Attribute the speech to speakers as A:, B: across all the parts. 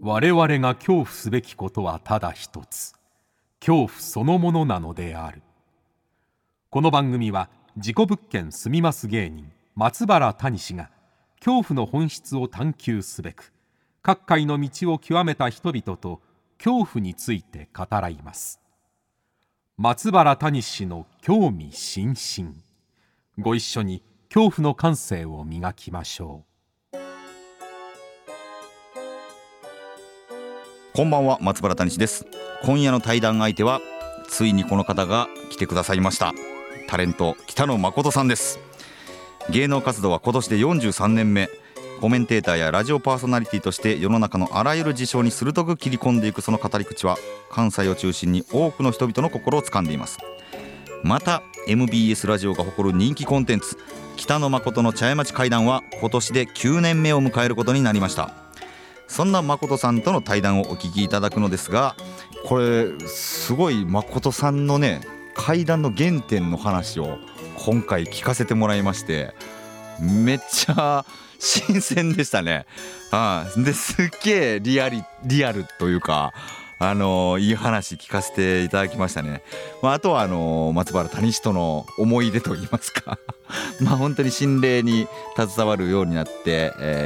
A: 我々が恐怖すべきことはただ一つ、恐怖そのものなのである。この番組は事故物件住みます芸人松原谷氏が恐怖の本質を探求すべく各界の道を極めた人々と恐怖について語らいます。松原谷氏の興味津々、ご一緒に恐怖の感性を磨きましょう。
B: こんばんは、松原谷氏です。今夜の対談相手はついにこの方が来てくださいました。タレント北野誠さんです。芸能活動は今年で43年目。コメンテーターやラジオパーソナリティとして世の中のあらゆる事象に鋭く切り込んでいくその語り口は関西を中心に多くの人々の心を掴んでいます。また MBS ラジオが誇る人気コンテンツ北野誠の茶屋町会談は今年で9年目を迎えることになりました。そんな誠さんとの対談をお聞きいただくのですが、これすごい誠さんのね怪談の原点の話を今回聞かせてもらいまして、めっちゃ新鮮でしたね。ですっげえリアルというかいい話聞かせていただきましたね。あとは松原谷氏との思い出といいますか本当に心霊に携わるようになって、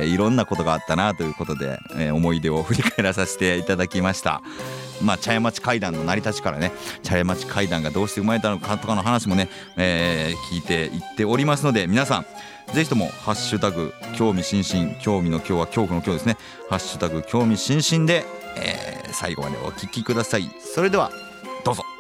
B: いろんなことがあったなということで、思い出を振り返らさせていただきました。茶屋町会談の成り立ちからね、茶屋町会談がどうして生まれたのかとかの話もね、聞いていっておりますので、皆さんぜひともハッシュタグ興味津々、興味の今日は恐怖の今日ですね、ハッシュタグ興味津々で、最後までお聞きください。それではどうぞ。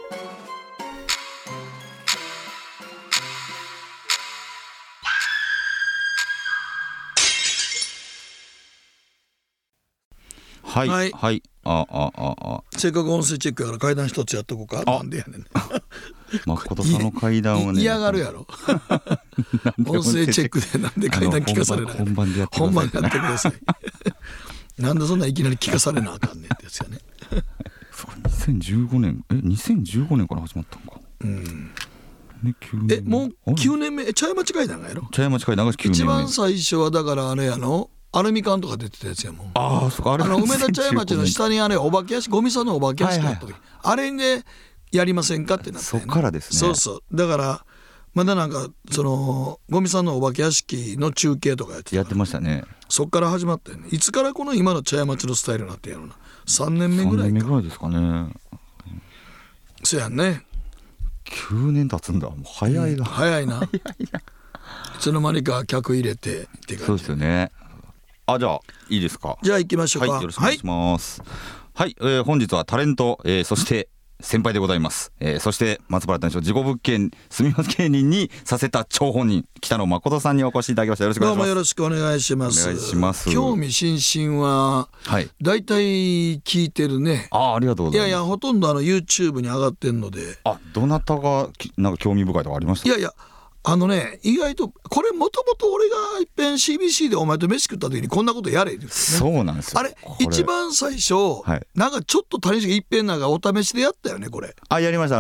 B: はいはいはい。
C: せっかく音声チェックやから階段一つやっとこうか。なんでやねん
B: 誠さんの階段をね
C: 嫌がるやろ音声チェックでなんで階段聞かされない。
B: 本番でやってください
C: なんでそんないきなり聞かされなあかんねんってやつやね
B: 2015年から始まったのか。
C: もう9年目。茶屋町会談がやろ。
B: 茶屋町会談が9年目。
C: 一番最初はだからあれやのアルミ缶とか出てたやつやもん。
B: そうか。
C: 梅田茶屋町の下にお化け屋敷、ゴミさんのお化け屋敷があった時、あれでやりませんかってなって、ね、
B: そっからですね。
C: そうだからまだなんかそのゴミさんのお化け屋敷の中継とかやって
B: ましたね。
C: そっから始まったよね。いつからこの今の茶屋町のスタイルになってんやろな。3年目ぐらいか。3年目ぐらい
B: ですかね。
C: そうやんね。
B: 9年経つんだ。もう早いな、
C: 早いな。いつの間にか客入れてって感じ。
B: そうですよね。じゃあいいですか。
C: じゃあ行きましょうか。
B: よろしくお願いします。本日はタレント、そして先輩でございます、そして松原谷氏を事故物件住みます芸人にさせた張本人北野誠さんにお越しいただきました。よろしくお願いします。
C: どうもよろしくお願いします。
B: お願いします。
C: 興味津々はだいたい聞いてるね。
B: ありがとうございます。
C: いやほとんどYouTube に上がってるので。
B: どなたがなんか興味深いとかありました？
C: いや意外とこれもともと俺がいっぺん CBC でお前と飯食った時にこんなことやれって言って、ね、
B: そうなんですよ。
C: 一番最初、なんかちょっと谷氏がいっぺんなんかお試しでやったよねこれ。
B: やりました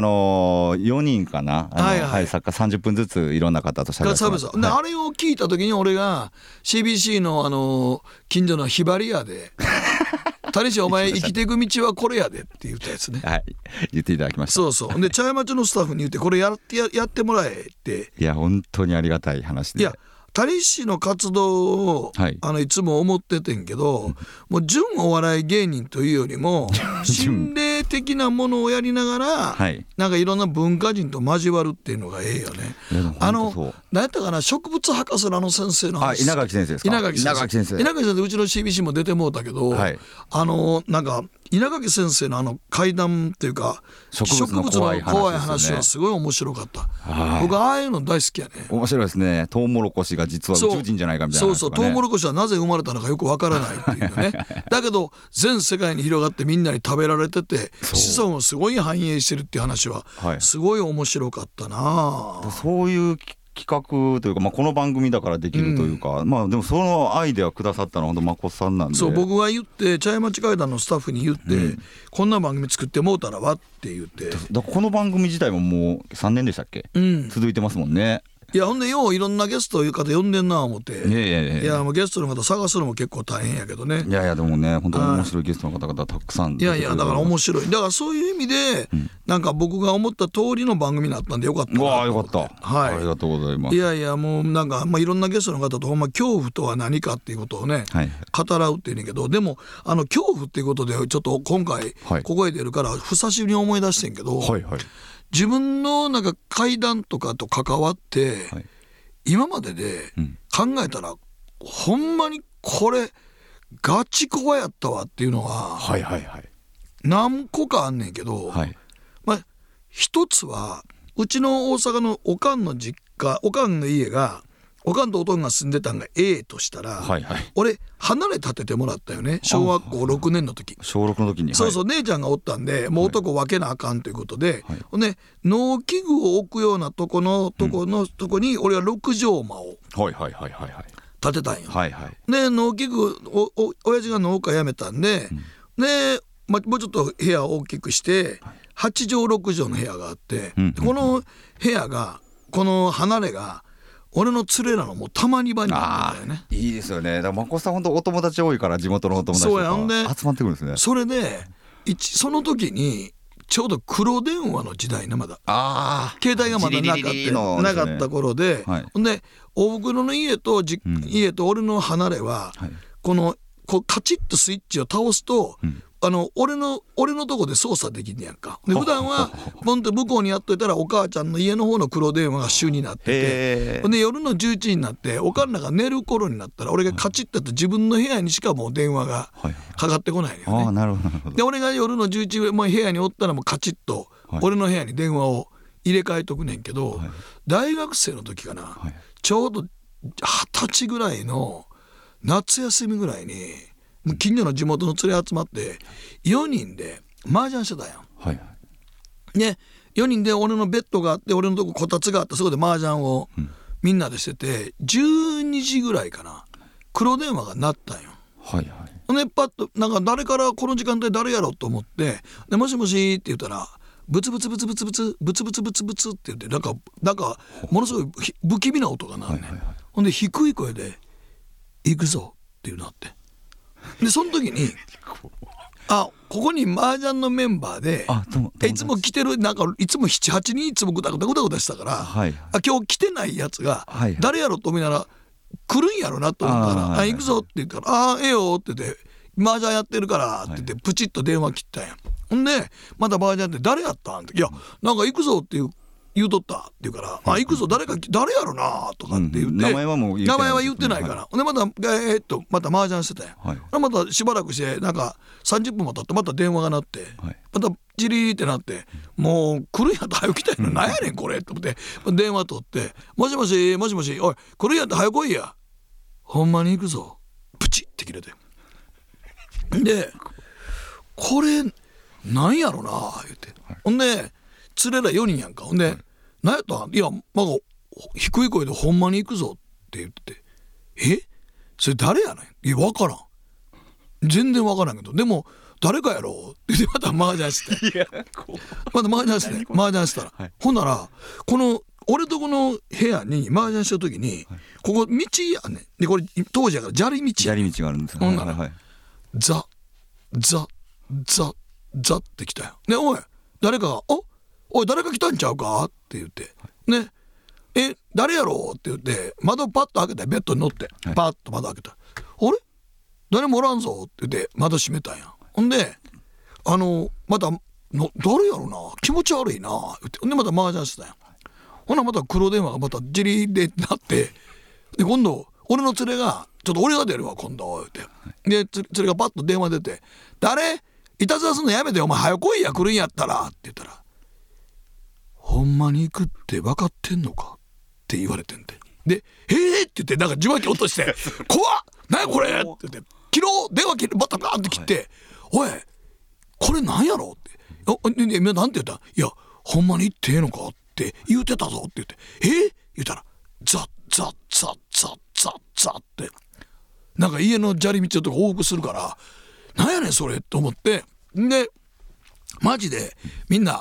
B: 。4人かな。作家30分ずついろんな方としゃべってました。
C: あれを聞いた時に俺が CBC の近所のひばり屋で谷氏お前生きていく道はこれやでって言ったやつね。
B: 言っていただきました。
C: そうで茶屋町のスタッフに言ってこれやってもらえって。
B: いや本当にありがたい話で。
C: いや谷氏の活動を、いつも思っててんけど、もう純お笑い芸人というよりも心霊的なものをやりながら、なんかいろんな文化人と交わるっていうのがええよね。何やったかな、植物博士の先生の話。
B: 稲垣先生ですか。稲垣先生
C: うちの CBC も出てもうたけど、なんか稲垣先生の怪談っていうか植物の怖い話はすごい面白かった。僕ああいうの大好きやね。
B: 面白いですね。トウモロコシが実は宇宙人じゃないかみたいな、
C: そうトウモロコシはなぜ生まれたのかよくわからないっていうねだけど全世界に広がってみんなに食べられてて子孫をすごい繁栄してるっていう話はすごい面白かったな。
B: そういう企画というか、この番組だからできるというか、でもそのアイデアくださったのは本当誠さんなんで。
C: そう僕が言って茶屋町会談のスタッフに言って、こんな番組作ってもうたらわって言って。
B: この番組自体ももう3年でしたっけ、続いてますもんね。
C: いやほんでよういろんなゲストいう方呼んでんな思って。
B: い
C: やもうゲストの方探すのも結構大変やけどね。
B: いやでもね本当に面白いゲストの方々たくさん。
C: いやだから面白い。だからそういう意味で、なんか僕が思った通りの番組になったんでよかったな。
B: わあよかった。
C: はい。
B: ありがとうございます。
C: いやもうなんかいろんなゲストの方とほんま恐怖とは何かっていうことをね、語らうっていうねんけど、でも恐怖っていうことでちょっと今回ここへ出るから久しぶりに思い出してんけど、自分のなんか怪談とかと関わって、今までで考えたら、ほんまにこれガチ怖やったわっていうのは何個かあんねんけど、一つはうちの大阪のおかんの実家、おかんの家がおかんとおとんが住んでたんが A としたら、俺離れ建ててもらったよね、小学校6年の時。
B: 小6の時に、
C: そう姉ちゃんがおったんで、もう男分けなあかんということで、で農機具を置くようなとこに俺は6畳間を建てたんよ。で農機具親父が農家辞めたんで、もうちょっと部屋を大きくして8畳6畳の部屋があって、この部屋がこの離れが俺の連れらのもうたまり場になってたよね。
B: いいですよね。だからまこさん本当お友達多いから地元のお友達とか集まってくるんですね。
C: それでその時にちょうど黒電話の時代ね、まだ携帯がまだなかった頃で、ほんでおふくろの家と俺の離れは、このカチッとスイッチを倒すと、俺のとこで操作できんねやんか。で普段はポンと向こうにやっといたらお母ちゃんの家の方の黒電話が主になってて、で夜の11時になっておかんらが寝る頃になったら俺がカチッとやって自分の部屋にしかもう電話がかかってこないのよね。で俺が夜の11時もう部屋におったらもうカチッと俺の部屋に電話を入れ替えとくねんけど、大学生の時かな、ちょうど20歳ぐらいの夏休みぐらいに近所の地元の連れ集まって4人で麻雀してたやん。で4人で俺のベッドがあって俺のとここたつがあって、そこで麻雀をみんなでしてて、12時ぐらいかな黒電話が鳴ったんよ。でパッとなんか誰からこの時間帯誰やろうと思って、でもしもしって言ったらブツブツブツブツブツブツブツブツブツって言って、なんかものすごい不気味な音が鳴るねん。ほんで低い声で行くぞっていうなって、でその時にここに麻雀のメンバーでいつも来てる、なんかいつも 7,8 人いつもグタグタしたから、今日来てないやつが誰やろと思いながら来るんやろなと思ったら、行くぞって言ったらええよって言って、麻雀やってるからって言ってプチッと電話切ったんや。ほんでまた麻雀って誰やったんって、いやなんか行くぞって言うとったって言うから、行くぞ誰やろなとかって言って、名前は言ってないから、でまたまた麻雀してたんや。またしばらくしてなんか30分も経ってまた電話が鳴って、またジリーってなって、もう来るんやったら早く来たいの何やねんこれと思って電話取って、もしもしもしもし、おい来るんやったら早く来いや、ほんまに行くぞ、プチって切れて、でこれなんやろな言って、ほんで連れら4人やんか。ほんで何やったん、いやなんか低い声でほんまに行くぞって言ってて、それ誰やねん、いや分からん、全然分からんけど、でも誰かやろって言ってまた麻雀してまた麻雀したら、ほんならこの俺とこの部屋に麻雀した時に、ここ道やねんで、これ当時やから砂利道
B: があるんですよ。
C: ほんならザって来たよ。でおい誰かがおい誰か来たんちゃうかって言ってね、誰やろって言って窓パッと開けてベッドに乗ってパッと窓開けた、あれ誰もおらんぞって言って窓閉めたんや。ほんでまた誰やろな気持ち悪いな言って、ほんでまた麻雀してたんや。ほなまた黒電話がまたジリーでなって、で今度俺の連れがちょっと俺が出るわ今度言って、で連れがパッと電話出て、誰いたずらすんのやめてお前早来いや来るんやったらって言ったら、ほんまに行くって分かってんのかって言われてんで、でって言ってなんか受話器落として怖っ何やこれって言って昨日電話切ってバタバタって切って、おいこれなんやろってなんて言ったら、いやほんまに行ってええのかって言うてたぞって言って、言ったらザッってなんか家の砂利道とか往復するから、なんやねんそれと思って、でマジでみんな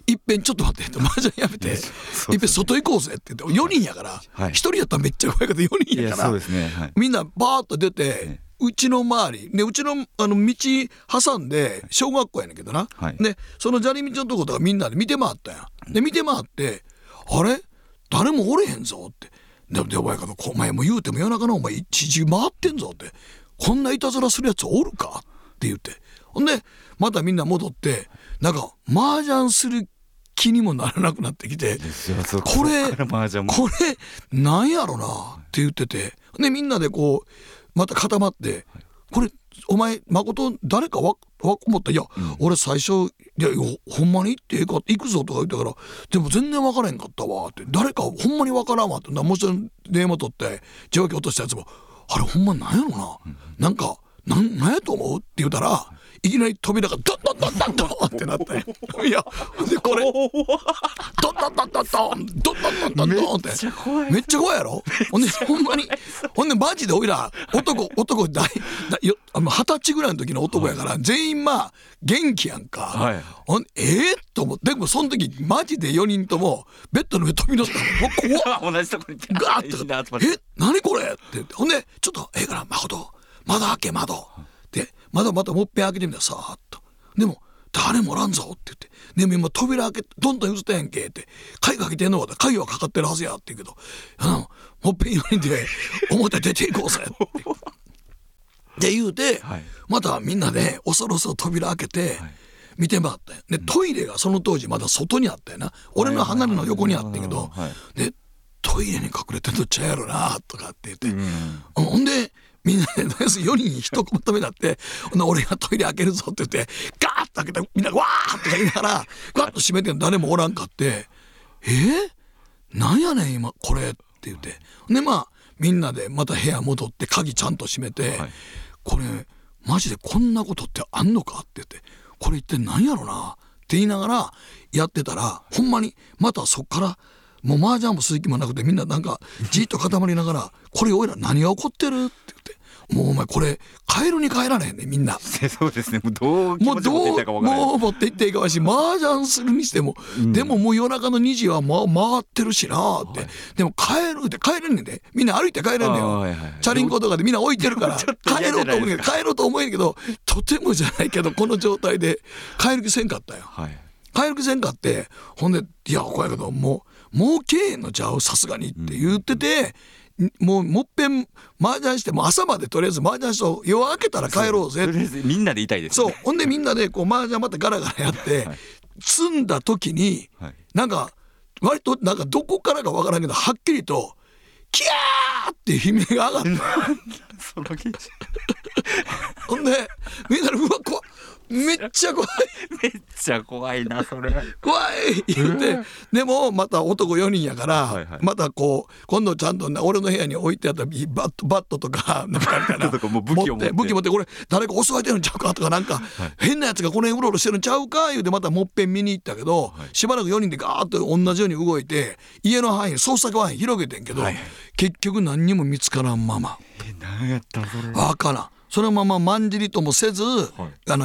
C: いっぺんちょっと待って麻雀やめていっぺん外行こうぜって言って4人やから1人やったらめっちゃ怖いけど4人やからみんなバーッと出てうちの周りでうちの道挟んで小学校やねんけどなでその砂利道のとことかみんなで見て回ったんやで見て回ってあれ誰もおれへんぞってでお前かお前も言うても夜中のお前一時回ってんぞってこんないたずらするやつおるかって言ってほんでまたみんな戻ってなんか麻雀する気にもならなくなってきてこれなんやろなって言っててでみんなでこうまた固まってこれお前誠誰か思ったいや、俺最初いやほんまに行ってええか行くぞとか言ったからでも全然分からへんかったわって誰かほんまに分からんわってもちろん電話取って受話器落としたやつもあれほんまになんやろな、なんかなんやと思うって言うたらいきなり扉がドンドンドンドンドンってなっていやでこれドンドンドンドンドンドンドンドンドンってめっちゃ怖いやろほんでほんまにほんでマジでおいら男20歳ぐらいの時の男やから全員まあ元気やんか、はい、と思ってでもその時マジで4人ともベッドの上飛び乗ったの怖っ
B: 同じとこに
C: ガーッと何これって言ってほんでちょっとから誠窓開け窓って窓またもっぺん開けてみたらさーっとでも誰もおらんぞって言ってでも今扉開けどんどん譲ったやんけって鍵かけてんのか鍵はかかってるはずやって言うけどもっぺん4人で表出ていこうぜって言うて、はい、またみんなで恐ろそ扉開けて、はい、見て回ったよでトイレがその当時まだ外にあったよな俺の離れの横にあったけど、はい、でトイレに隠れてんのちゃうやろなとかって言って、ほんでみんなで4人一言目になって俺がトイレ開けるぞって言ってガーッと開けてみんなわーって言いながらガッと閉めて誰もおらんかってなんやねん今これって言ってでまあみんなでまた部屋戻って鍵ちゃんと閉めて、はい、これマジでこんなことってあんのかって言ってこれ一体何やろなって言いながらやってたらほんまにまたそっからもう麻雀も鈴木もなくてみんななんかじっと固まりながらこれおいら何が起こってるって言ってもうお前これ帰るに帰られへんねみんな
B: そうですねもうどう気持ち持っていったか分からない
C: もう持っていっていいかわし麻雀するにしても、でももう夜中の2時は、回ってるしなって、はい、でも帰れんねんでみんな歩いて帰れんねんよ、チャリンコとかでみんな置いてるから帰ろうと思うんやけどとてもじゃないけどこの状態で帰る気せんかったよ、はい、帰る気せんかってほんでいやこうやけどもう経営のじゃあさすがにって言ってて、もっぺん麻雀してもう朝までとりあえず麻雀して夜明けたら帰ろうぜって
B: みんなでいたいです、
C: ね、そうほんでみんなでこう麻雀またガラガラやって、はい、積んだ時に、はい、なんか割となんかどこからかわからんけどはっきりとキャーって悲鳴が上がった
B: その現象
C: ほんでみんなでうわ怖っめっちゃ怖い
B: めっちゃ怖いなそれ
C: 怖い言って、でもまた男4人やから、はいはい、またこう今度ちゃんと俺の部屋に置いてあったバットとかなんかみたいな武器持ってこれ誰か襲われてるんちゃうかとかなんか、はい、変なやつがこの辺うろうろしてるんちゃうか言うてまたもっぺん見に行ったけど、はい、しばらく4人でガーッと同じように動いて家の範囲捜索範囲広げてんけど、はい、結局何にも見つからんまま
B: 何やったそれ
C: 分からんそのまままんじりともせず、はい、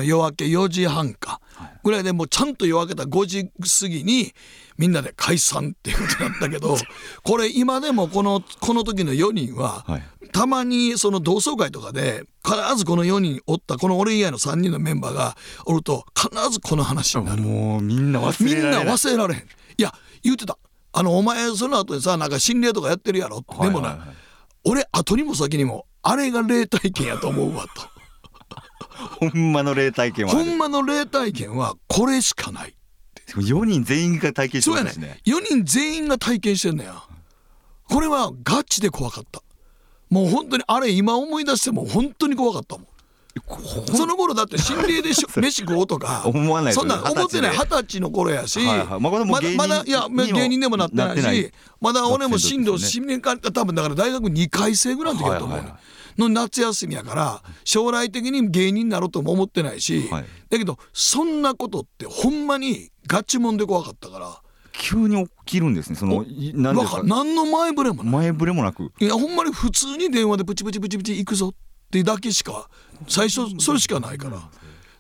C: 夜明け4時半かぐらいでもうちゃんと夜明けた5時過ぎにみんなで解散っていうことだったけどこれ今でもこの時の4人は、はい、たまにその同窓会とかで必ずこの4人おったこの俺以外の3人のメンバーがおると必ずこの話になる。
B: もうみんな忘
C: れられへん。いや言ってたお前その後でさなんか心霊とかやってるやろ、はいはいはい、でもな俺後にも先にもあれが霊体験やと思うわ
B: とほんまの霊体験は
C: ほんまの霊体験はこれしかない。
B: 4人全員が体験してるんですね。
C: 4人全員が体験してんのや。これはガチで怖かった。もう本当にあれ今思い出しても本当に怖かったもん。その頃だって心霊で飯食おうとか
B: 思わない
C: そんな思ってない20歳の頃やし、はいはい、まだいや芸人でもなってないしまだ俺も進路心霊科多分だから大学2回生ぐらいの時だと思う、はいはいはい、の夏休みやから将来的に芸人になろうとも思ってないし、はい、だけどそんなことってほんまにガチもんで怖かったから
B: 急に起きるんですね。その
C: 何の前触れも
B: なく
C: いやほんまに普通に電話でプチプチプチプチ行くぞってだけしか最初それしかないから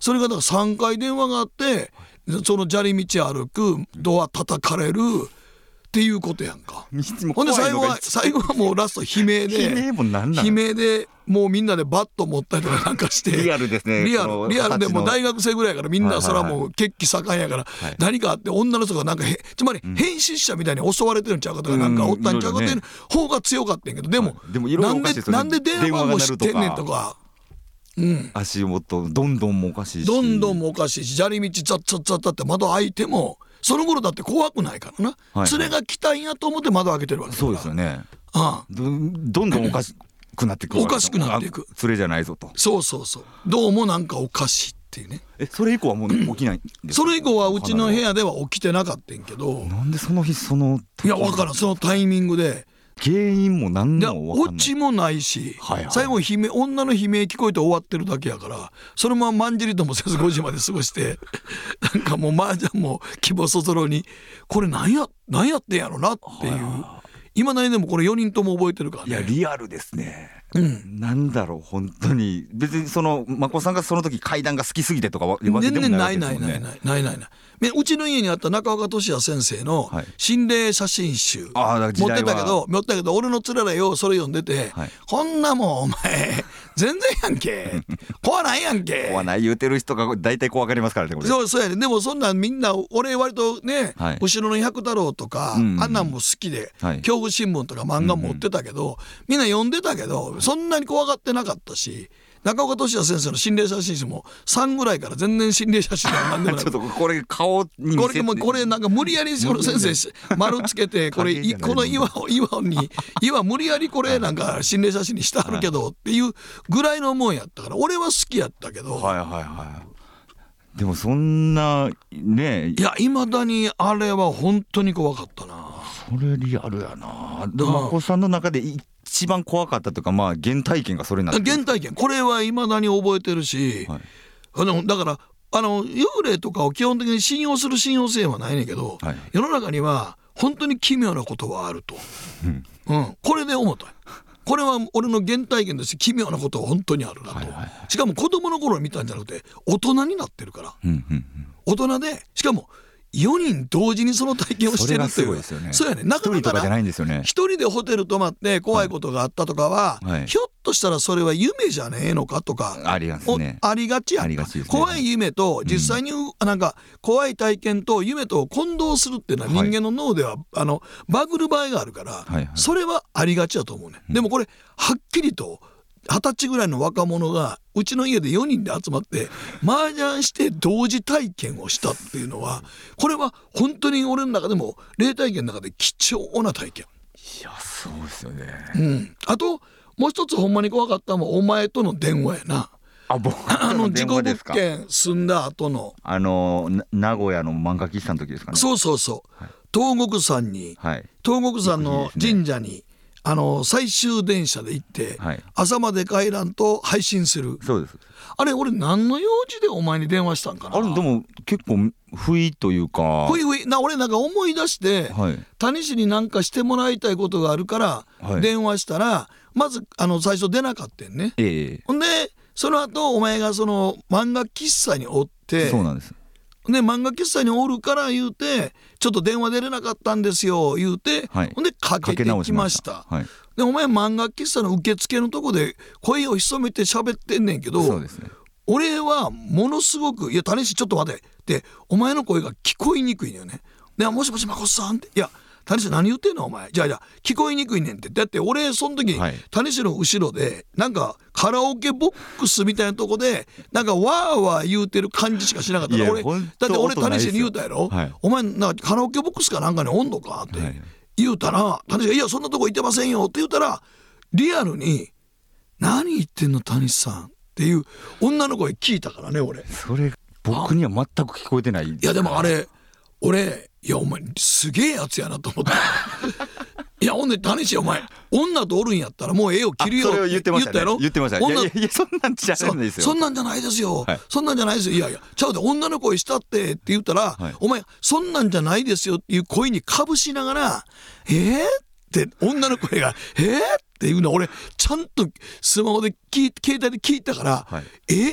C: それがだから3回電話があって、その砂利道歩く、ドア叩かれるっていうことやんか。ほんで最後はもうラスト悲鳴でもうみんなでバット持ったりとかなんかして
B: リアルですね。
C: リアルでもう大学生ぐらいやからみんなそれはもう血気盛んやから何かあって女の人がなんかつまり変質者みたいに襲われてるんちゃうかとかなんかおったんちゃうかっていう方が強かったんやけど、でもなんで電話も知ってんねんとか。
B: 足元どんどんもおかしいし
C: 砂利道ザッザッザッザッって窓開いてもその頃だって怖くないからな、連れが来たんやと思って窓開けてるわけだから。
B: そうですよね。どんどんおかしくなっていく。連れじゃないぞと。
C: そうどうもなんかおかしいっていうね。
B: それ以降はもう起きないんですか？
C: それ以降はうちの部屋では起きてなかったんけど、
B: なんでその日
C: いや分からん、そのタイミングで
B: 原因も何も分かんない。
C: オチもないし、最後女の悲鳴聞こえて終わってるだけやから、そのまままんじりともせず5時まで過ごしてなんかもう麻雀も希望そぞろにこれ何やってんやろなっていう、今なりでもこれ4人とも覚えてるからね。
B: いやリアルですね。なんだろう本当に。別にその眞子さんがその時階段が好きすぎてとかわけでもないわけですもんね。
C: ない。うちの家にあった中岡俊也先生の心霊写真集持ってたけど俺のつららよそれ読んでて、こんなもんお前全然やんけ怖ないやんけ
B: 怖ない言うてる人が大体怖がりますからねこれ。
C: そうやね。でもそんなんみんな俺割とね、後ろの百太郎とかあんなんも好きで、恐怖新聞とか漫画持ってたけど、みんな読んでたけどそんなに怖がってなかったし、中岡俊也先生の心霊写真集も3ぐらいから全然心霊写真なんでもない
B: ちょっとこれ顔に見せて
C: これなんか無理やりその先生丸つけてこの岩無理やりこれなんか心霊写真にしてあるけどっていうぐらいのもんやったから俺は好きやったけど、
B: でもそんなね、
C: いやいまだにあれは本当に怖かったな。
B: それリアルやな。でも眞子さんの中で一番怖かったというか、原体験がそれになってる。
C: 原体験これはいまだに覚えてるし、だから幽霊とかを基本的に信用する信用性はないねんけど、世の中には本当に奇妙なことはあると、これで思った。これは俺の原体験として奇妙なことは本当にあるなと、しかも子供の頃見たんじゃなくて大人になってるから、大人でしかも4人同時にその体験をしてるっていう。そうやね。なかなか一人でホテル泊まって怖いことがあったとかは、ひょっとしたらそれは夢じゃねえのかとか
B: ありがちやんか。
C: 怖い夢と実際になんか怖い体験と夢と混同するっていうのは人間の脳ではバグる場合があるから、それはありがちだと思うね。でもこれはっきりと20歳ぐらいの若者がうちの家で4人で集まって麻雀して同時体験をしたっていうのは、これは本当に俺の中でも霊体験の中で貴重な体験。
B: いやそうですよね。
C: あともう一つほんまに怖かったのはお前との電話やな。事故物件住んだ後の
B: 名古屋の漫画喫茶の時ですかね。
C: そう、東国山の神社に最終電車で行って、朝まで帰らんと配信する。
B: そうです。
C: あれ俺何の用事でお前に電話したんかな。
B: あれでも結構不意というか
C: 俺なんか思い出して、谷氏に何かしてもらいたいことがあるから電話したら、まず最初出なかったんね。ほんでその後お前がその漫画喫茶におって、
B: そうなんです。
C: 漫画喫茶におるから言うてちょっと電話出れなかったんですよ言うて、ほんでかけてきました。でお前漫画喫茶の受付のとこで声を潜めて喋ってんねんけど、
B: そうですね、
C: 俺はものすごく「いや谷氏ちょっと待て」ってお前の声が聞こえにくいのよね。でもしもしまこさんって「いや谷氏何言ってんのお前。じゃあ聞こえにくいねん」って。だって俺その時、谷氏の後ろでなんかカラオケボックスみたいなとこでなんかワーワー言うてる感じしかしなかったから、だって俺谷氏に言うたやろ、お前なんかカラオケボックスかなんかにおんのかって言うたら、谷氏が「いやそんなとこ行ってませんよ」って言うたらリアルに「何言ってんの谷さん」っていう女の声聞いたからね。俺
B: それ僕には全く聞こえてない。
C: いやでもあれ俺いやお前すげえやつやなと思ったいやほんで谷氏お前女とおるんやったらもう絵を切るよって言ったやろ。
B: 言ってました。いやそんなんじゃないですよ。
C: そんなんじゃないですよ、そんなんじゃないですよ。いやちゃうで女の声したってって言ったら、お前そんなんじゃないですよっていう声にかぶしながらって女の声がっていうの俺ちゃんとスマホで携帯で聞いたから、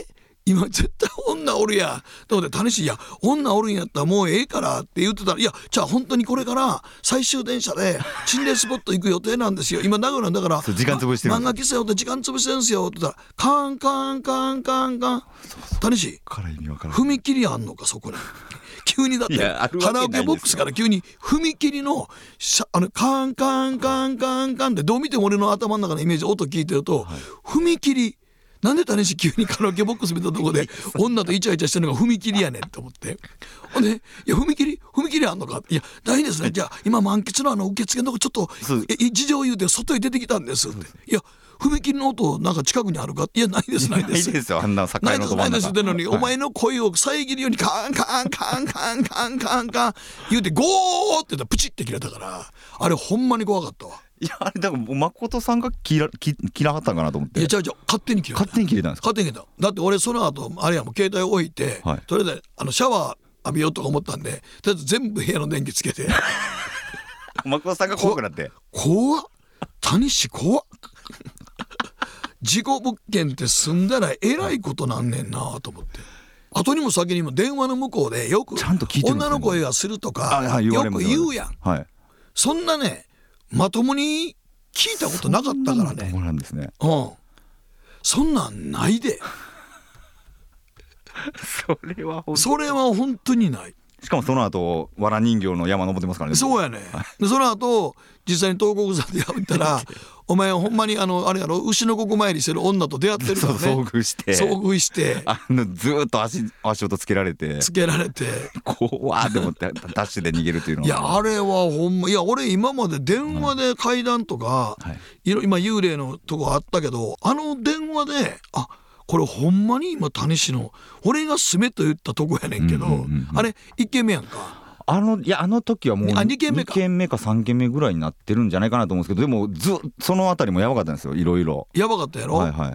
C: 今絶対女おるやと思って、タニシいや女おるんやったらもうええからって言ってたら、いやじゃあ本当にこれから最終電車で心霊スポット行く予定なんですよ今名古屋だから
B: 時間潰してる
C: 漫画喫茶よって時間潰してるんですよって言ったら、カンカンカンカンカン、タニシ踏切あんのかそこに急にだってカラオケボックスから急に踏切のカンカンカンカンカンってどう見ても俺の頭の中のイメージ音聞いてると、踏切なんでタニシ急にカラオケボックス見たとこで女とイチャイチャしてるのが踏切やねんと思って、ほんでいや踏切あんのか、いや大変ですね、じゃあ今満喫の受付のとこちょっと事情言うて外へ出てきたんですって、いや踏切の音なんか近くにあるか、いやないですないです
B: ないですよ、あんな境のど真ん中
C: ないですってのに、お前の声を遮るようにカンカンカンカンカンカンカン言うてゴーって言ったらプチって切れたから、あれほんまに怖かったわ。
B: いやあれだから誠さんが切らはったんかなと思って。
C: いや違う勝手に切れた。
B: 勝手に切れたんですか。
C: 勝手に切れた。だって俺その後あれやもう携帯置いて、はい、とりあえずシャワー浴びようとか思ったんで、とりあえず全部部屋の電気つけて
B: 誠さんが怖くなって
C: 怖っタニシ怖っ事故物件って住んだらえらいことなんねんなと思って、後にも先にも電話の向こうでよく女の声がするとかよく言うやん、はい、そんなねまともに聞いたことなかったからね。
B: そうなんですね。
C: そんなんないでそれは本当にない。
B: しかもその後わら人形の山登ってますからね。
C: そうやね、はい、でその後実際に東国山でやったらお前ほんまにあれやろ牛の国参りしてる女と出会ってるからね。
B: そう遭遇してずーっと足音つけられて怖ーって思ってダッシュで逃げるっていうのは。
C: いやあれはほんま、いや俺今まで電話で階段とか、はい、今幽霊のとこあったけど、あの電話でこれほんまに今タニシの俺が住めと言ったとこやねんけど、あれ1軒目やんか。
B: いやあの時はもう2軒目か3軒目ぐらいになってるんじゃないかなと思うんですけど、でもそのあたりもやばかったんですよ。いろいろ
C: やばかったやろ、
B: はいはい、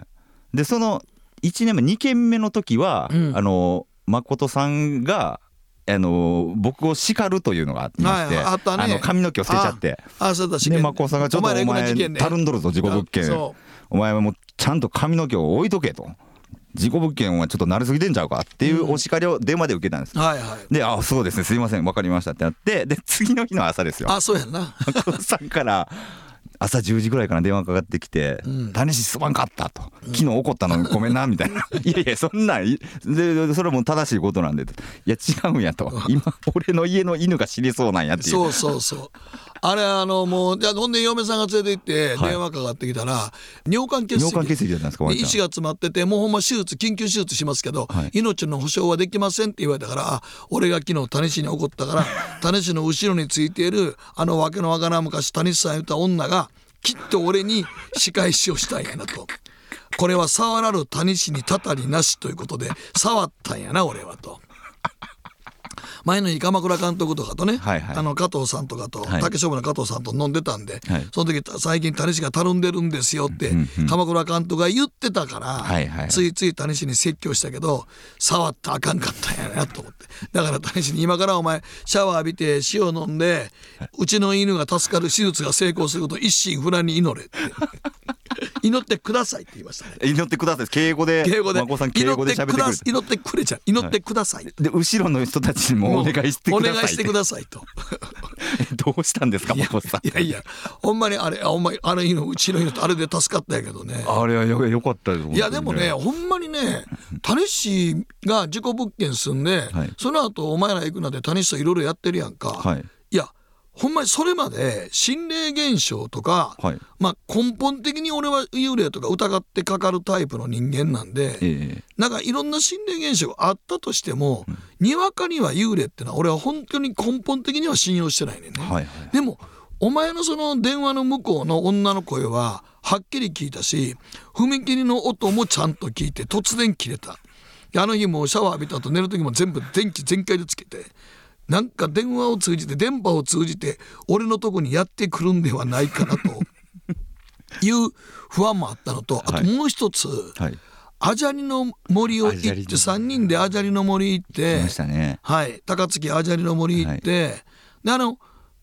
B: でその1年目2軒目の時は、誠さんが僕を叱るというのがあってまして、あったね、髪の毛を捨てちゃって、
C: そうだ
B: で誠さんがちょっとお前たるんどるぞ事故物件、お前はもうちゃんと髪の毛を置いとけと、事故物件はちょっと慣れすぎてんちゃうかっていうお叱りを電話で受けたんです、はいはい、でそうですねすいません分かりましたってなって、で次の日の朝ですよ。
C: そうやんな
B: 誠さんから朝10時ぐらいから電話かかってきて「タニシすまんかった」と「昨日怒ったのごめんな」みたいな「いやいやそんなんでそれはもう正しいことなんで」いや違うんやと「今俺の家の犬が死にそうなんや」っていう。
C: そうあれもうほんで嫁さんが連れて行って電話かかってきたら、尿管結石
B: だったんですか。
C: 石が詰まっててもうほんま緊急手術しますけど、命の保証はできませんって言われたから、俺が昨日タニシに怒ったからタニシの後ろについているわけのわからん昔タニシさん言った女がきっと俺に仕返しをしたんやなと、これは触らるタニシにたたりなしということで触ったんやな俺はと。前の日鎌倉監督とかとね、はいはい、加藤さんとかと、はい、竹勝負の加藤さんと飲んでたんで、はい、その時最近タニシがたるんでるんですよって、鎌倉監督が言ってたから、はいはい、ついついタニシに説教したけど触ったらあかんかったんやなと思って、だからタニシに今からお前シャワー浴びて塩飲んで、うちの犬が助かる手術が成功すること一心不乱に祈れって祈ってくださいって言いましたね。
B: 祈ってください、敬語で孫さん敬語で喋ってくれる。
C: 祈ってくれちゃう、祈ってください、
B: で後ろの人たちにもお願いしてください、
C: お願いしてくださいと
B: どうしたんですか孫さん。
C: いやほんまにあれ犬うちの犬とあれで助かったんやけどね。
B: あれはよかったです。
C: いやでもねほんまにね、タニシが事故物件住んで、はい、その後お前ら行くなんてタニシといろいろやってるやんか、はい、いやほんまにそれまで心霊現象とか、はい、根本的に俺は幽霊とか疑ってかかるタイプの人間なんで、なんかいろんな心霊現象があったとしても、にわかには幽霊ってのは俺は本当に根本的には信用してないねんね、はいはい、でもお前のその電話の向こうの女の声ははっきり聞いたし、踏切の音もちゃんと聞いて突然切れた。あの日もシャワー浴びた後寝る時も全部電気全開でつけて、なんか電波を通じて俺のとこにやってくるんではないかなという不安もあったのと、あともう一つ、はい、アジャリの森を行って3人でアジャリの森行って、
B: ね、
C: はい、高槻アジャリの森行って、はい、で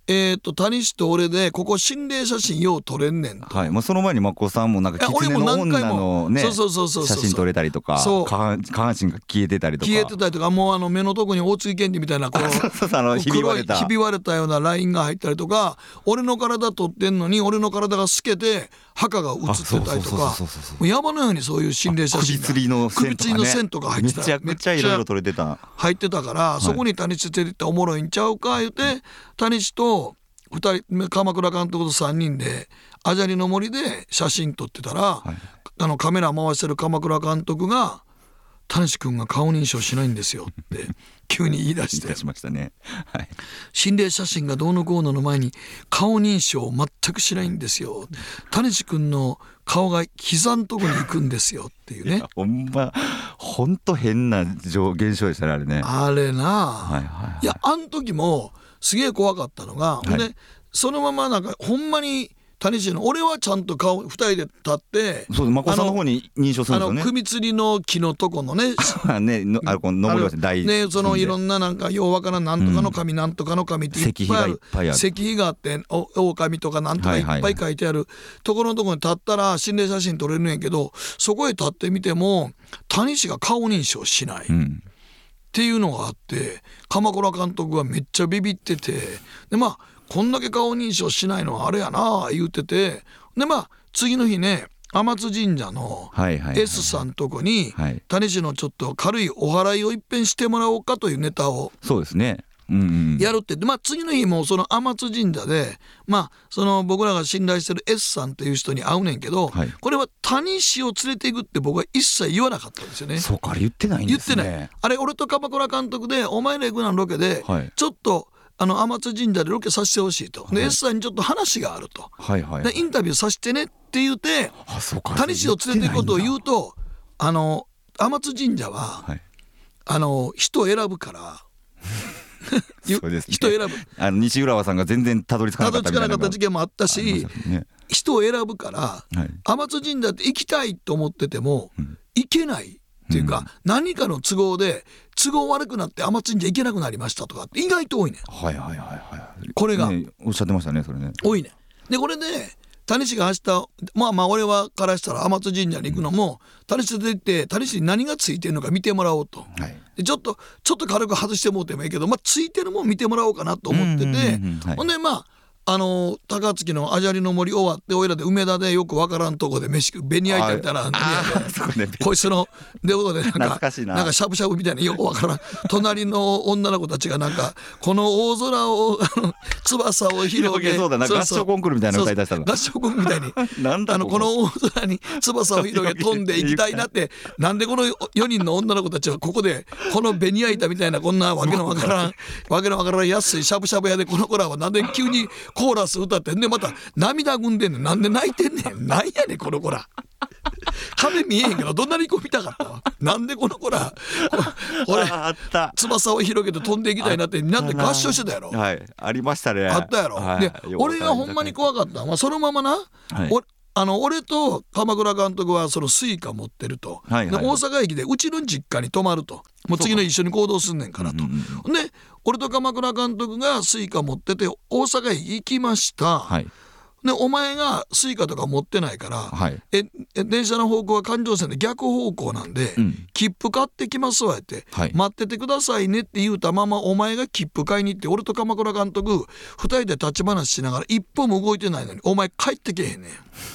C: 谷氏と俺でここ心霊写真よう撮れんねんと、
B: はい、その前に眞子さんもなんか狐の女のね写真撮れたりとか、下半身が消えてたりとか
C: もう目のとこに大槻健二みたいなこの
B: ひび割
C: れたようなラインが入ったりとか、俺の体撮ってんのに俺の体が透けて墓が映ってたりとか、山のようにそういう心霊写真が
B: 首吊りの線とか
C: 入ってた、
B: めっちゃいろいろ撮れてた
C: 入ってたから、そこに谷氏連れてっておもろいんちゃうか言うて、谷氏と2人鎌倉監督と3人であじゃりの森で写真撮ってたら、カメラ回してる鎌倉監督が「谷氏君が顔認証しないんですよ」って急に言い出して
B: しましたね、はい、
C: 心霊写真がどうのこうのの前に顔認証全くしないんですよ、谷氏君の顔が膝のとこに行くんですよっていうね。
B: ほんと変な現象でしたね、あれね。
C: あれな、いやあん時もすげえ怖かったのが、でそのままなんかほんまに谷氏の俺はちゃんと顔2人で立って、
B: そう眞子さんの方に認証するんですよね。
C: 首吊りの木のとこのね
B: ね、登りますね、
C: そのいろんななんかようわからんなんとかの神、なんとかの神っていっぱいある、石碑があって狼とかなんとかいっぱい書いてあるところのところに立ったら心霊写真撮れるんやけど、そこへ立ってみても谷氏が顔認証しない、っていうのがあって、鎌倉監督がめっちゃビビってて、でこんだけ顔認証しないのはあれやな言うてて、で次の日ね天津神社の S さんとこに谷氏のちょっと軽いお祓いを一遍してもらおうかというネタを
B: そうですね
C: やるって、次の日もその天津神社で、その僕らが信頼してる S さんという人に会うねんけど、これは谷氏を連れていくって僕は一切言わなかったんですよね。
B: そうか、あれ言ってないんですね。
C: 言ってない。あれ俺と鎌倉監督でお前ら行くなロケで、ちょっと天津神社でロケさせてほしいと、で S さんにちょっと話があると、でインタビューさせてねって言うて谷氏を連れていくことを言うと、天津神社は、人を選ぶから
B: そうですね、
C: 人選ぶ
B: 西浦和さんが全然たどり着かなかったみたいな
C: 事件もあったし、人を選ぶから、天津神社って行きたいと思ってても、行けないっていうか、何かの都合で都合悪くなって天津神社行けなくなりましたとかって意外と多いねん。これが、
B: おっしゃってましたね、それね。
C: 多いねん。でこれで谷氏が明日俺はからしたら天津神社に行くのも、谷氏で行って谷氏に何がついてるのか見てもらおうと、でちょっと軽く外してもうてもいいけど、ついてるもん見てもらおうかなと思ってて、ほんで高槻のあじゃりの森終わっておいらで梅田でよくわからんとこで飯食う紅焼いたみたいなこいつのでなんかしゃぶしゃぶみたいなよくわからん隣の女の子たちがなんかこの大空を翼を広げ
B: そうだな、合唱コンクールみたいなの歌い出したの、
C: 合唱コンクールみたいに
B: なんだ
C: この大空に翼を広げ飛んでいきたいなって、なんでこの4人の女の子たちはここでこの紅焼いたみたいなこんなわけのわからん安いしゃぶしゃぶ屋でこの子らはなんで急にコーラス歌ってんでまた涙ぐんでんねん、なんで泣いてんねん、なんやねんこの子ら壁見えへんけどどんなにこう見たかったわ、なんでこの子ら俺翼を広げて飛んでいきたいなってなんで合唱してたやろ。
B: ありましたね。
C: あったやろ、で俺がほんまに怖かったのはそのままな、俺と鎌倉監督はそのスイカ持ってると、で大阪駅でうちの実家に泊まると、もう次の一緒に行動すんねんからと、で俺と鎌倉監督がスイカ持ってて大阪駅行きました、でお前がスイカとか持ってないから、電車の方向は環状線で逆方向なんで、切符買ってきますわって、待っててくださいねって言うたままお前が切符買いに行って俺と鎌倉監督2人で立ち話しながら一歩も動いてないのにお前帰ってけへんね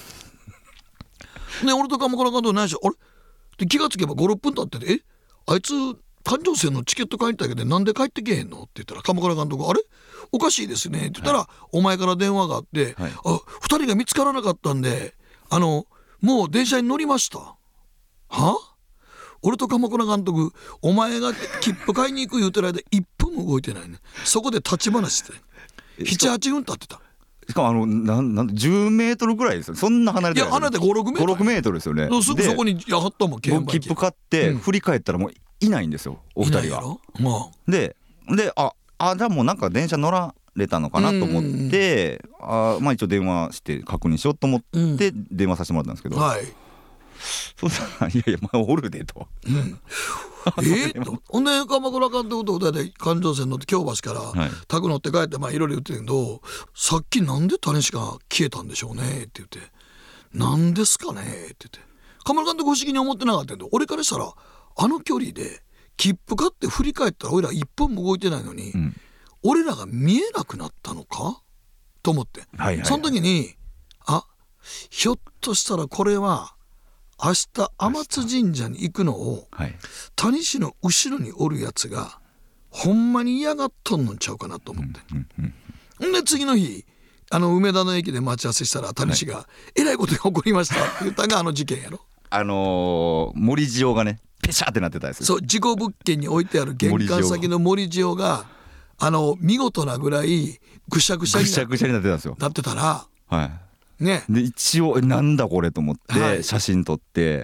C: ん。で俺と鎌倉監督ないしあれで気がつけば 5,6 分経っててあいつ環状線のチケット買いたいけどなんで帰ってけへんのって言ったら鎌倉監督あれおかしいですねって言ったら、お前から電話があって、2人が見つからなかったんでもう電車に乗りました。は俺と鎌倉監督お前が切符買いに行く言うてる間1分も動いてないね。そこで立ち話して 7,8 分経ってた。
B: しかも10メートルぐらいですよ。そんな離れてない。
C: いや離れて 5,6 メートル
B: ですよね。
C: すぐそこにやはったもん。
B: 僕切符買って振り返ったらもういないんですよ、お二人が。でじゃあもうなんか電車乗られたのかなと思って、一応電話して確認しようと思って電話させてもらったんですけど、そうしたらいやおるでと、
C: とほんで鎌倉監督と2人で環状線乗って京橋から宅乗って帰っていろいろ言ってるけど、さっきなんで谷氏が消えたんでしょうねって言って、なんですかねって言って、鎌倉監督不思議に思ってなかったけど、俺からしたらあの距離で切符買って振り返ったら俺ら一本も動いてないのに、俺らが見えなくなったのかと思って、その時にひょっとしたらこれは明日天津神社に行くのを、谷氏の後ろにおるやつがほんまに嫌がっとんのんちゃうかなと思って、で次の日梅田の駅で待ち合わせしたら谷氏が、えらいことが起こりましたって言ったのがあの事件やろ。
B: 盛り塩がねペシャってなってたやつ。
C: そう、事故物件に置いてある玄関先の盛り塩が見事なぐらいぐしゃぐしゃになってたんですよ。なってたら、ね、
B: で一応なんだこれと思って写真撮って、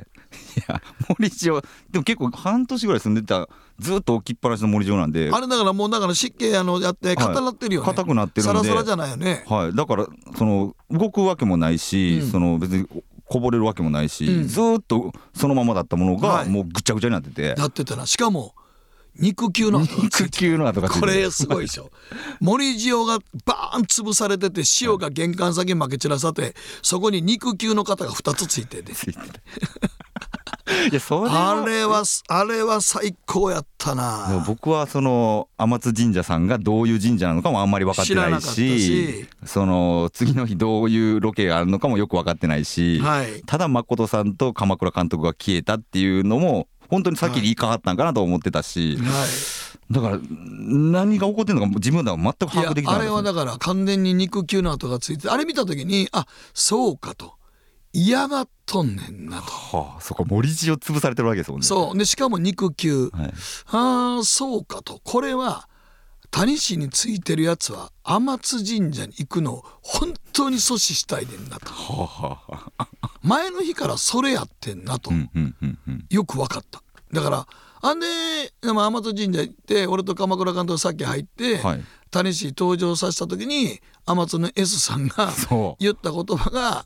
B: いや盛り塩でも結構半年ぐらい住んでたずっと置きっぱなしの盛り塩なんで、
C: あれだからもうだから湿気やって固なってるよね、
B: 硬くなってるんで
C: サラサラじゃないよね、
B: だから動くわけもないし、別にこぼれるわけもないし、ずっとそのままだったものがもうぐちゃぐちゃになってて、
C: なってたな。しかも肉球の跡がついてる。これすごいでしょ。盛り塩がバーン潰されてて、塩が玄関先に負け散らさて、そこに肉球の型が2つついてて
B: いやそれ
C: あれは最高やったな。
B: 僕は天津神社さんがどういう神社なのかもあんまり分かってないし、次の日どういうロケがあるのかもよく分かってないし、ただ誠さんと鎌倉監督が消えたっていうのも本当に先に言いかかったんかなと思ってたし、だから何が起こってるのか自分では全く把握できない。
C: あれはだから完全に肉球の跡がついて、あれ見た時にそうかと、嫌がっとんねんなと、
B: そこ盛り塩潰されてるわけですもんね。
C: そうで、しかも肉球、そうかと、これは谷氏についてるやつは天津神社に行くのを本当に阻止したいねんなと、前の日からそれやってんなと、よく分かった。だから天津神社行って俺と鎌倉監督さっき入って、谷氏登場させた時に天津の S さんが言った言葉が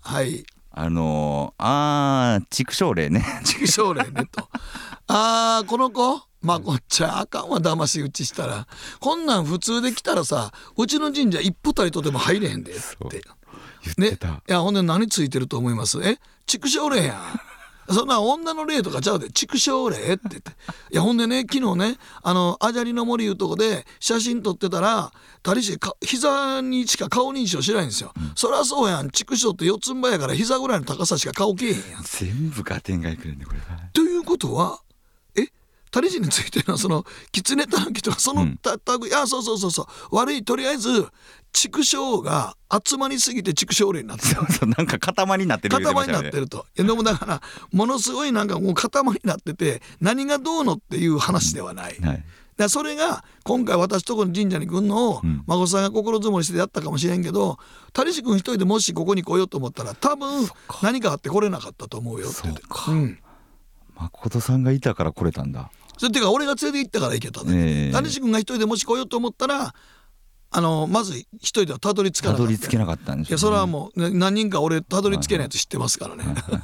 B: 畜生霊ね
C: 畜生霊ねとこの子こっちゃあかんわ、騙し討ちしたら。こんなん普通で来たらさ、うちの神社一歩たりとでも入れへんでって
B: 言ってた、
C: いやほんで何ついてると思います？畜生霊やんそんな女の霊とかちゃうで、畜生霊って言って、いやほんでね、昨日ねあじゃりの森いうとこで写真撮ってたら、谷氏膝にしか顔認証しないんですよ、そりゃそうやん、畜生って四つん這いやから膝ぐらいの高さしか顔けえへんやん。
B: 全部合点がいくるんでこれ。
C: ということは谷氏についての狐たぬきとかそう悪い、とりあえず畜生が集まりすぎて畜生霊になってる。
B: なんか塊になってる、
C: 塊になってると。でもだからものすごいなんかもう塊になってて、何がどうのっていう話ではない、だそれが今回私とこの神社に来るのを孫さんが心づもりしてやったかもしれんけど、谷氏君一人でもしここに来ようと思ったら多分何かあって来れなかったと思うよって言って。
B: 誠さんがいたから来れたんだ。
C: それってか俺が連れて行ったから行けたね。谷氏君が一人でもし来ようと思ったらまず一人ではたどり着かなかった。
B: たどり着けなかったんですよね。
C: いやそれはもう何人か俺たどり着けないやつ知ってますからね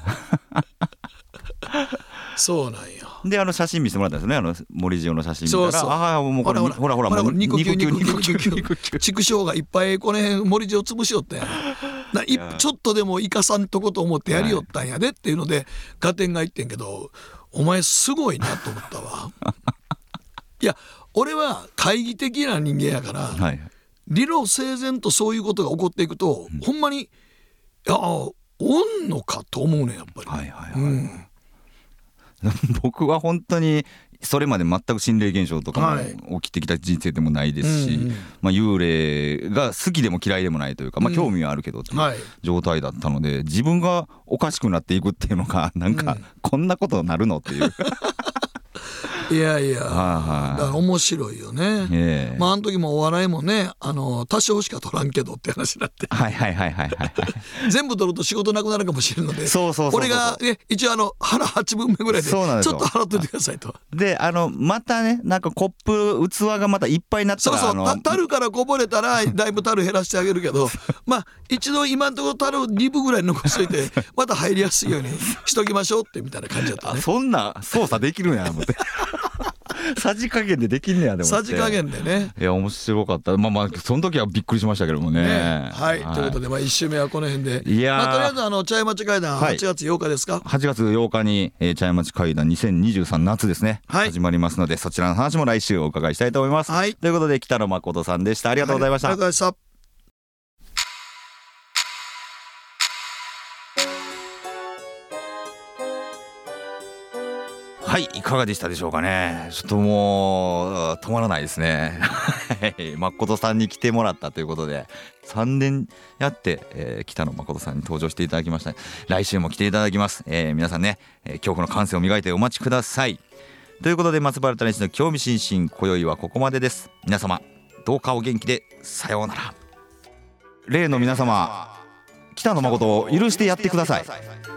C: そうなんよ。
B: で写真見せてもらったんですね、盛り塩の写真見たら、もうこれほら
C: 肉球畜生がいっぱいこれ盛り塩潰しよったやんちょっとでも生かさんとこと思ってやりよったんやでっていうので合点がいってんけど、お前すごいなと思ったわいや俺は懐疑的な人間やから、理路整然とそういうことが起こっていくと、ほんまにおんのかと思うねやっぱり。
B: 僕は本当にそれまで全く心霊現象とかも起きてきた人生でもないですし、幽霊が好きでも嫌いでもないというか、興味はあるけどっていう状態だったので、自分がおかしくなっていくっていうのがなんかこんなことになるのっていう
C: いやいや、だから面白いよね。あの時もお笑いもね多少しか取らんけどって話になって全部取ると仕事なくなるかもしれるので、俺がね一応腹8分目ぐらいでちょっと払っといてくださいと。
B: でまたね、なんかコップ器がまたいっぱいになったら
C: 樽からこぼれたらだいぶ樽減らしてあげるけど一度今のところ樽2分ぐらい残しといてまた入りやすいようにしときましょうってみたいな感じだったね。
B: そんな操作できるんや思ってさじ加減でできんねや。でも
C: さじ加減でね。
B: いや面白かった。まあその時はびっくりしましたけどもね。
C: はい、ということで1週目はこの辺で。
B: いや
C: とりあえず茶屋町会談8月8日ですか。
B: 8月8日に茶屋町会談2023夏ですね、始まりますので、そちらの話も来週お伺いしたいと思います。ということで北野誠さんでした。ありがとうございました。
C: ありがとうございました。
B: はい、いかがでしたでしょうかね。ちょっともう止まらないですね。誠さんに来てもらったということで3年やって、北野誠さんに登場していただきました。来週も来ていただきます。皆さんね、恐怖の感性を磨いてお待ちください。ということで松原谷氏の興味津々、今宵はここまでです。皆様どうかお元気で、さようなら。例の皆様、北野誠を許してやってください。